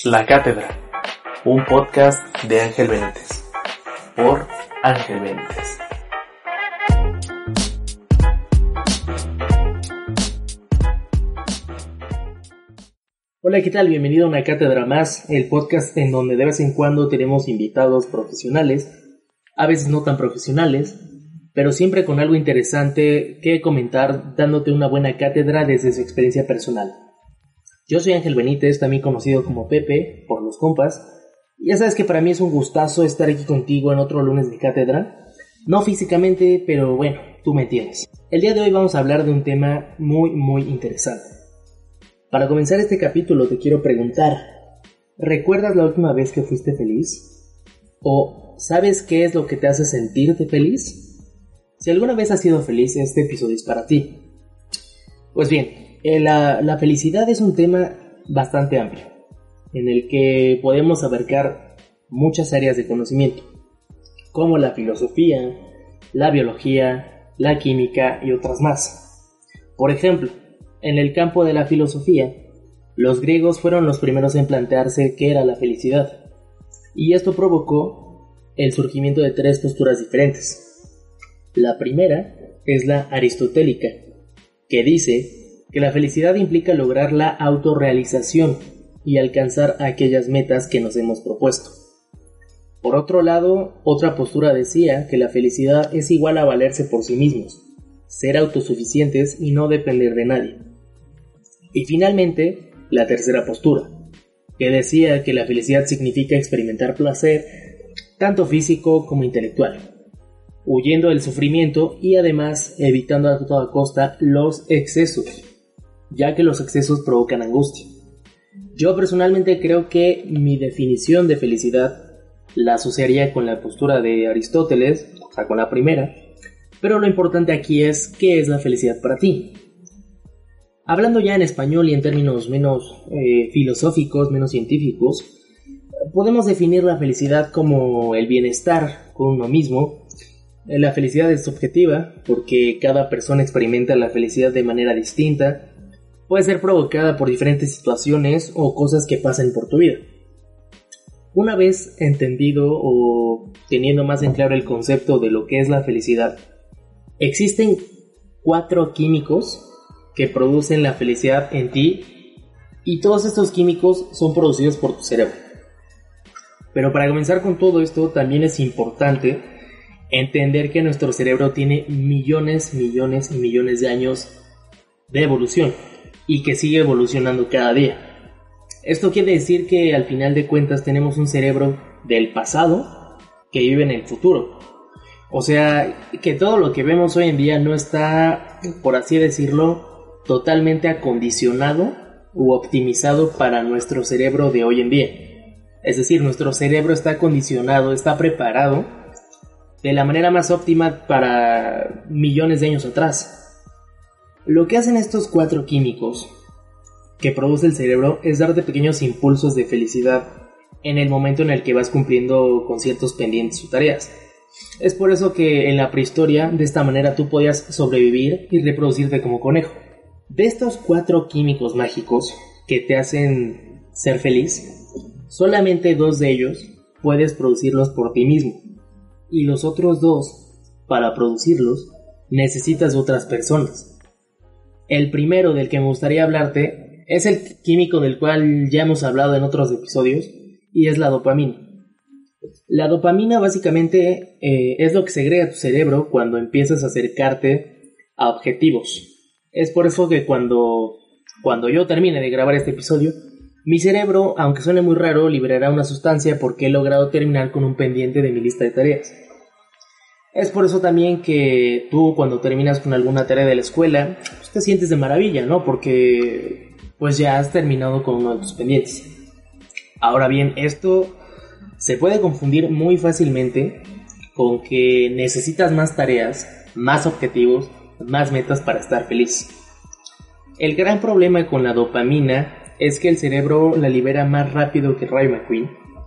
La Cátedra, un podcast de Ángel Benítez, por Ángel Benítez. Hola, ¿qué tal? Bienvenido a Una Cátedra Más, el podcast en donde de vez en cuando tenemos invitados profesionales, a veces no tan profesionales, pero siempre con algo interesante que comentar, dándote una buena cátedra desde su experiencia personal. Yo soy Ángel Benítez, también conocido como Pepe, por los compas. Ya sabes que para mí es un gustazo estar aquí contigo en otro lunes de cátedra. No físicamente, pero bueno, tú me entiendes. El día de hoy vamos a hablar de un tema muy interesante. Para comenzar este capítulo te quiero preguntar, ¿recuerdas la última vez que fuiste feliz? ¿O sabes qué es lo que te hace sentirte feliz? Si alguna vez has sido feliz, este episodio es para ti. Pues bien, la felicidad es un tema bastante amplio, en el que podemos abarcar muchas áreas de conocimiento, como la filosofía, la biología, la química y otras más. Por ejemplo, en el campo de la filosofía, los griegos fueron los primeros en plantearse qué era la felicidad, y esto provocó el surgimiento de tres posturas diferentes. La primera es la aristotélica, que dice que la felicidad implica lograr la autorrealización y alcanzar aquellas metas que nos hemos propuesto. Por otro lado, otra postura decía que la felicidad es igual a valerse por sí mismos, ser autosuficientes y no depender de nadie. Y finalmente, la tercera postura, que decía que la felicidad significa experimentar placer, tanto físico como intelectual, huyendo del sufrimiento y además evitando a toda costa los excesos, ya que los excesos provocan angustia. Yo personalmente creo que mi definición de felicidad la asociaría con la postura de Aristóteles, o sea, con la primera, pero lo importante aquí es ¿qué es la felicidad para ti? Hablando ya en español y en términos menos filosóficos, menos científicos, podemos definir la felicidad como el bienestar con uno mismo. La felicidad es subjetiva porque cada persona experimenta la felicidad de manera distinta. Puede ser provocada por diferentes situaciones o cosas que pasen por tu vida. Una vez entendido o teniendo más en claro el concepto de lo que es la felicidad, existen 4 químicos que producen la felicidad en ti y todos estos químicos son producidos por tu cerebro. Pero para comenzar con todo esto también es importante entender que nuestro cerebro tiene millones de años de evolución y que sigue evolucionando cada día. Esto quiere decir que al final de cuentas tenemos un cerebro del pasado que vive en el futuro. O sea, que todo lo que vemos hoy en día no está, por así decirlo, totalmente acondicionado u optimizado para nuestro cerebro de hoy en día. Es decir, nuestro cerebro está acondicionado, está preparado de la manera más óptima para millones de años atrás. Lo que hacen estos 4 químicos que produce el cerebro es darte pequeños impulsos de felicidad en el momento en el que vas cumpliendo con ciertos pendientes o tareas. Es por eso que en la prehistoria de esta manera tú podías sobrevivir y reproducirte como conejo. De estos 4 químicos mágicos que te hacen ser feliz, solamente 2 de ellos puedes producirlos por ti mismo. Y los otros 2, para producirlos, necesitas otras personas. El primero del que me gustaría hablarte es el químico del cual ya hemos hablado en otros episodios y es la dopamina. La dopamina básicamente es lo que segrega tu cerebro cuando empiezas a acercarte a objetivos. Es por eso que cuando yo termine de grabar este episodio, mi cerebro, aunque suene muy raro, liberará una sustancia porque he logrado terminar con un pendiente de mi lista de tareas. Es por eso también que tú cuando terminas con alguna tarea de la escuela, pues te sientes de maravilla, ¿no? Porque pues ya has terminado con uno de tus pendientes. Ahora bien, esto se puede confundir muy fácilmente con que necesitas más tareas, más objetivos, más metas para estar feliz. El gran problema con la dopamina es que el cerebro la libera más rápido que Rayo McQueen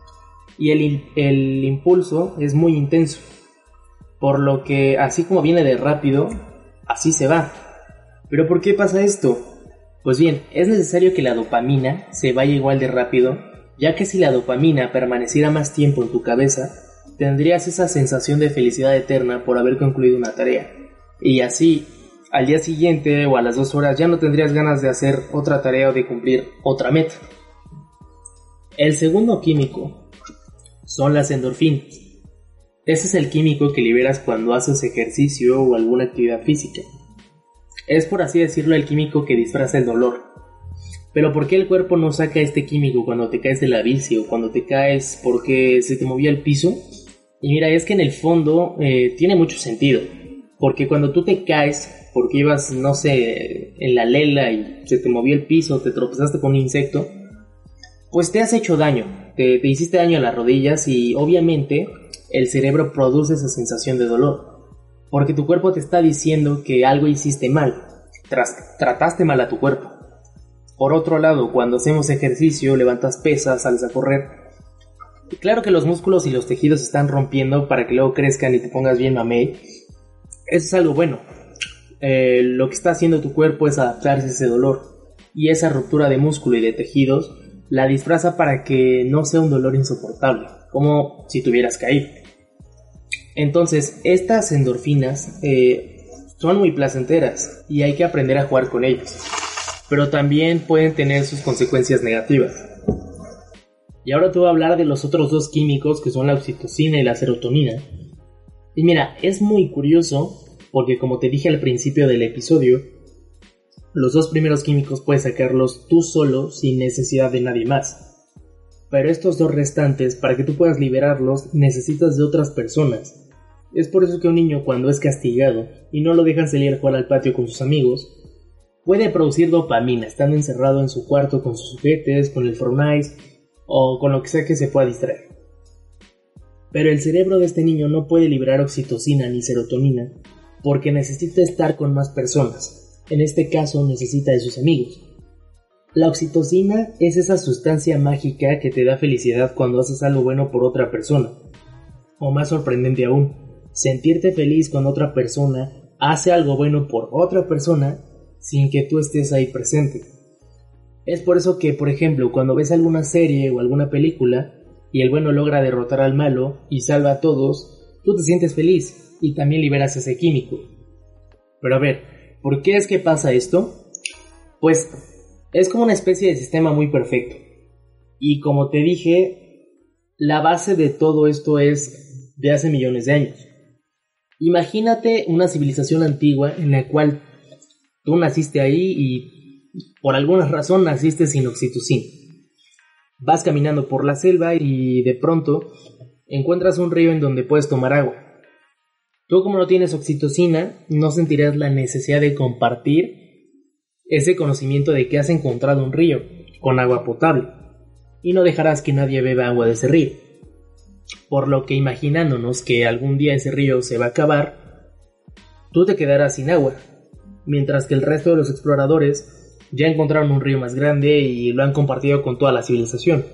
y el impulso es muy intenso. Por lo que así como viene de rápido, así se va. ¿Pero por qué pasa esto? Pues bien, es necesario que la dopamina se vaya igual de rápido ya que si la dopamina permaneciera más tiempo en tu cabeza, tendrías esa sensación de felicidad eterna por haber concluido una tarea, y así, al día siguiente o a las 2 horas ya no tendrías ganas de hacer otra tarea o de cumplir otra meta. El segundo químico son las endorfinas. Ese es el químico que liberas cuando haces ejercicio o alguna actividad física. Es, por así decirlo, el químico que disfraza el dolor. Pero ¿por qué el cuerpo no saca este químico cuando te caes de la bici o cuando te caes porque se te movía el piso? Y mira, es que en el fondo tiene mucho sentido. Porque cuando tú te caes porque ibas, no sé, en la lela y se te movió el piso, te tropezaste con un insecto, pues te has hecho daño, te hiciste daño a las rodillas y obviamente el cerebro produce esa sensación de dolor, porque tu cuerpo te está diciendo que algo hiciste mal, trataste mal a tu cuerpo. Por otro lado, cuando hacemos ejercicio, levantas pesas, sales a correr, y claro que los músculos y los tejidos se están rompiendo para que luego crezcan y te pongas bien mamey. Eso es algo bueno. Lo que está haciendo tu cuerpo es adaptarse a ese dolor, y esa ruptura de músculo y de tejidos la disfraza para que no sea un dolor insoportable, como si te hubieras caído. Entonces, estas endorfinas son muy placenteras y hay que aprender a jugar con ellas, pero también pueden tener sus consecuencias negativas. Y ahora te voy a hablar de los otros dos químicos, que son la oxitocina y la serotonina. Y mira, es muy curioso porque, como te dije al principio del episodio, los dos primeros químicos puedes sacarlos tú solo sin necesidad de nadie más. Pero estos dos restantes, para que tú puedas liberarlos, necesitas de otras personas. Es por eso que un niño, cuando es castigado y no lo dejan salir a jugar al patio con sus amigos, puede producir dopamina estando encerrado en su cuarto con sus juguetes, con el Fortnite o con lo que sea que se pueda distraer. Pero el cerebro de este niño no puede liberar oxitocina ni serotonina porque necesita estar con más personas. En este caso necesita de sus amigos. La oxitocina es esa sustancia mágica que te da felicidad cuando haces algo bueno por otra persona. O más sorprendente aún, sentirte feliz cuando otra persona hace algo bueno por otra persona sin que tú estés ahí presente. Es por eso que, por ejemplo, cuando ves alguna serie o alguna película y el bueno logra derrotar al malo y salva a todos, tú te sientes feliz y también liberas ese químico. Pero a ver, ¿por qué es que pasa esto? Pues es como una especie de sistema muy perfecto. Y como te dije, la base de todo esto es de hace millones de años. Imagínate una civilización antigua en la cual tú naciste ahí y por alguna razón naciste sin oxitocina. Vas caminando por la selva y de pronto encuentras un río en donde puedes tomar agua. Tú, como no tienes oxitocina, no sentirás la necesidad de compartir ese conocimiento de que has encontrado un río con agua potable y no dejarás que nadie beba agua de ese río. Por lo que, imaginándonos que algún día ese río se va a acabar, tú te quedarás sin agua, mientras que el resto de los exploradores ya encontraron un río más grande y lo han compartido con toda la civilización.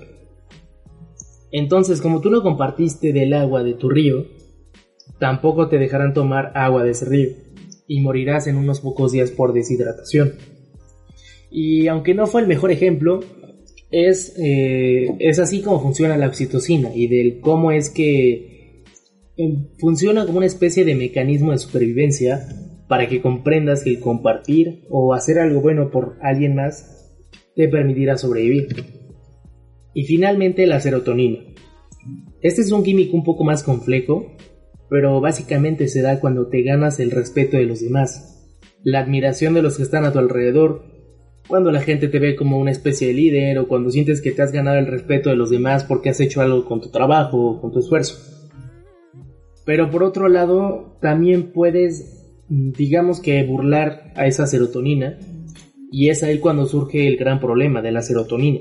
Entonces, como tú no compartiste del agua de tu río, tampoco te dejarán tomar agua de ese río y morirás en unos pocos días por deshidratación. Y aunque no fue el mejor ejemplo, es así como funciona la oxitocina y del cómo es que funciona como una especie de mecanismo de supervivencia para que comprendas que el compartir o hacer algo bueno por alguien más te permitirá sobrevivir. Y finalmente, la serotonina. Este es un químico un poco más complejo, pero básicamente se da cuando te ganas el respeto de los demás, la admiración de los que están a tu alrededor, cuando la gente te ve como una especie de líder o cuando sientes que te has ganado el respeto de los demás porque has hecho algo con tu trabajo o con tu esfuerzo. Pero por otro lado, también puedes, digamos que, burlar a esa serotonina, y es ahí cuando surge el gran problema de la serotonina.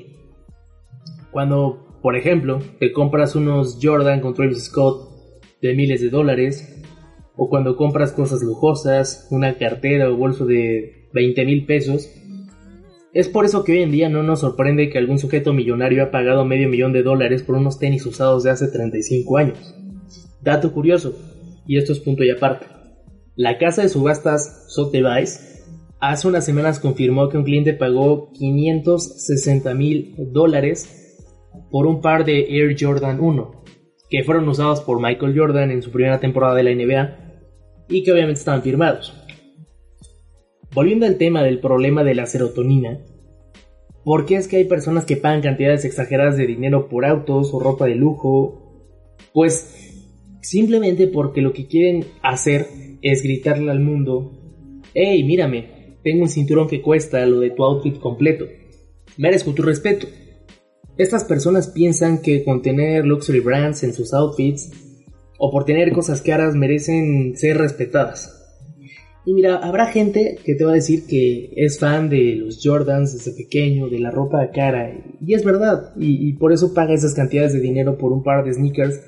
Cuando, por ejemplo, te compras unos Jordan con Travis Scott de miles de dólares, o cuando compras cosas lujosas, una cartera o bolso de 20,000 pesos, es por eso que hoy en día no nos sorprende que algún sujeto millonario ha pagado $500,000 por unos tenis usados de hace 35 años. Dato curioso, y esto es punto y aparte, la casa de subastas Sotheby's hace unas semanas confirmó que un cliente pagó $560,000 por un par de Air Jordan 1, que fueron usados por Michael Jordan en su primera temporada de la NBA y que obviamente estaban firmados. Volviendo al tema del problema de la serotonina, ¿por qué es que hay personas que pagan cantidades exageradas de dinero por autos o ropa de lujo? Pues simplemente porque lo que quieren hacer es gritarle al mundo: hey, mírame, tengo un cinturón que cuesta lo de tu outfit completo, merezco tu respeto. Estas personas piensan que con tener luxury brands en sus outfits o por tener cosas caras merecen ser respetadas. Y mira, habrá gente que te va a decir que es fan de los Jordans desde pequeño, de la ropa cara, y es verdad, y por eso paga esas cantidades de dinero por un par de sneakers,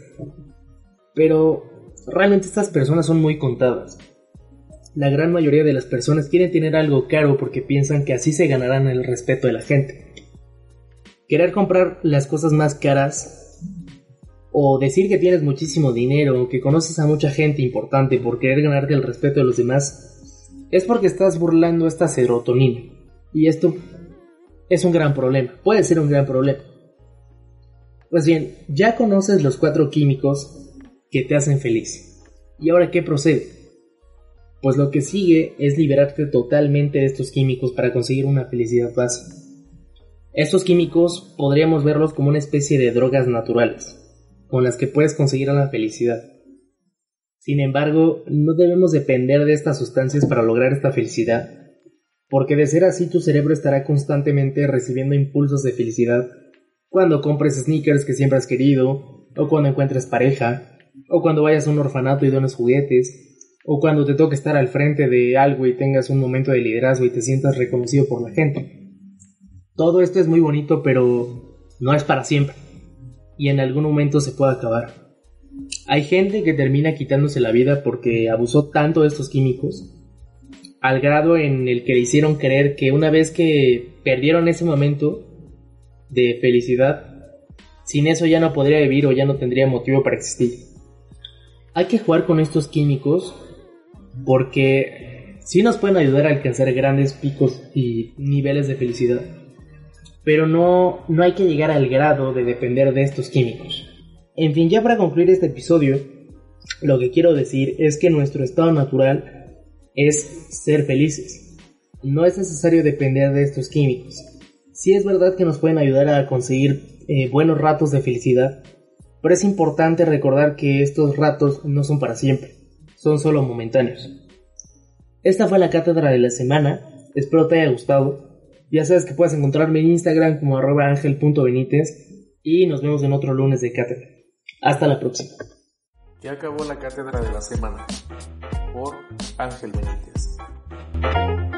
pero realmente estas personas son muy contadas. La gran mayoría de las personas quieren tener algo caro porque piensan que así se ganarán el respeto de la gente. Querer comprar las cosas más caras o decir que tienes muchísimo dinero o que conoces a mucha gente importante por querer ganarte el respeto de los demás es porque estás burlando esta serotonina, y esto es un gran problema, puede ser un gran problema. Pues bien, ya conoces los 4 químicos que te hacen feliz, ¿y ahora qué procede? Pues lo que sigue es liberarte totalmente de estos químicos para conseguir una felicidad base. Estos químicos podríamos verlos como una especie de drogas naturales, con las que puedes conseguir la felicidad. Sin embargo, no debemos depender de estas sustancias para lograr esta felicidad, porque de ser así tu cerebro estará constantemente recibiendo impulsos de felicidad cuando compres sneakers que siempre has querido, o cuando encuentres pareja, o cuando vayas a un orfanato y dones juguetes, o cuando te toque estar al frente de algo y tengas un momento de liderazgo y te sientas reconocido por la gente. Todo esto es muy bonito, pero no es para siempre, y en algún momento se puede acabar. Hay gente que termina quitándose la vida porque abusó tanto de estos químicos, al grado en el que le hicieron creer que una vez que perdieron ese momento de felicidad, sin eso ya no podría vivir o ya no tendría motivo para existir. Hay que jugar con estos químicos porque sí nos pueden ayudar a alcanzar grandes picos y niveles de felicidad, pero no hay que llegar al grado de depender de estos químicos. En fin, ya para concluir este episodio, lo que quiero decir es que nuestro estado natural es ser felices. No es necesario depender de estos químicos. Sí es verdad que nos pueden ayudar a conseguir buenos ratos de felicidad, pero es importante recordar que estos ratos no son para siempre, son solo momentáneos. Esta fue la cátedra de la semana, espero te haya gustado. Ya sabes que puedes encontrarme en Instagram como @angel.benitez y nos vemos en otro lunes de cátedra. Hasta la próxima. Ya acabó la cátedra de la semana por Ángel Benítez.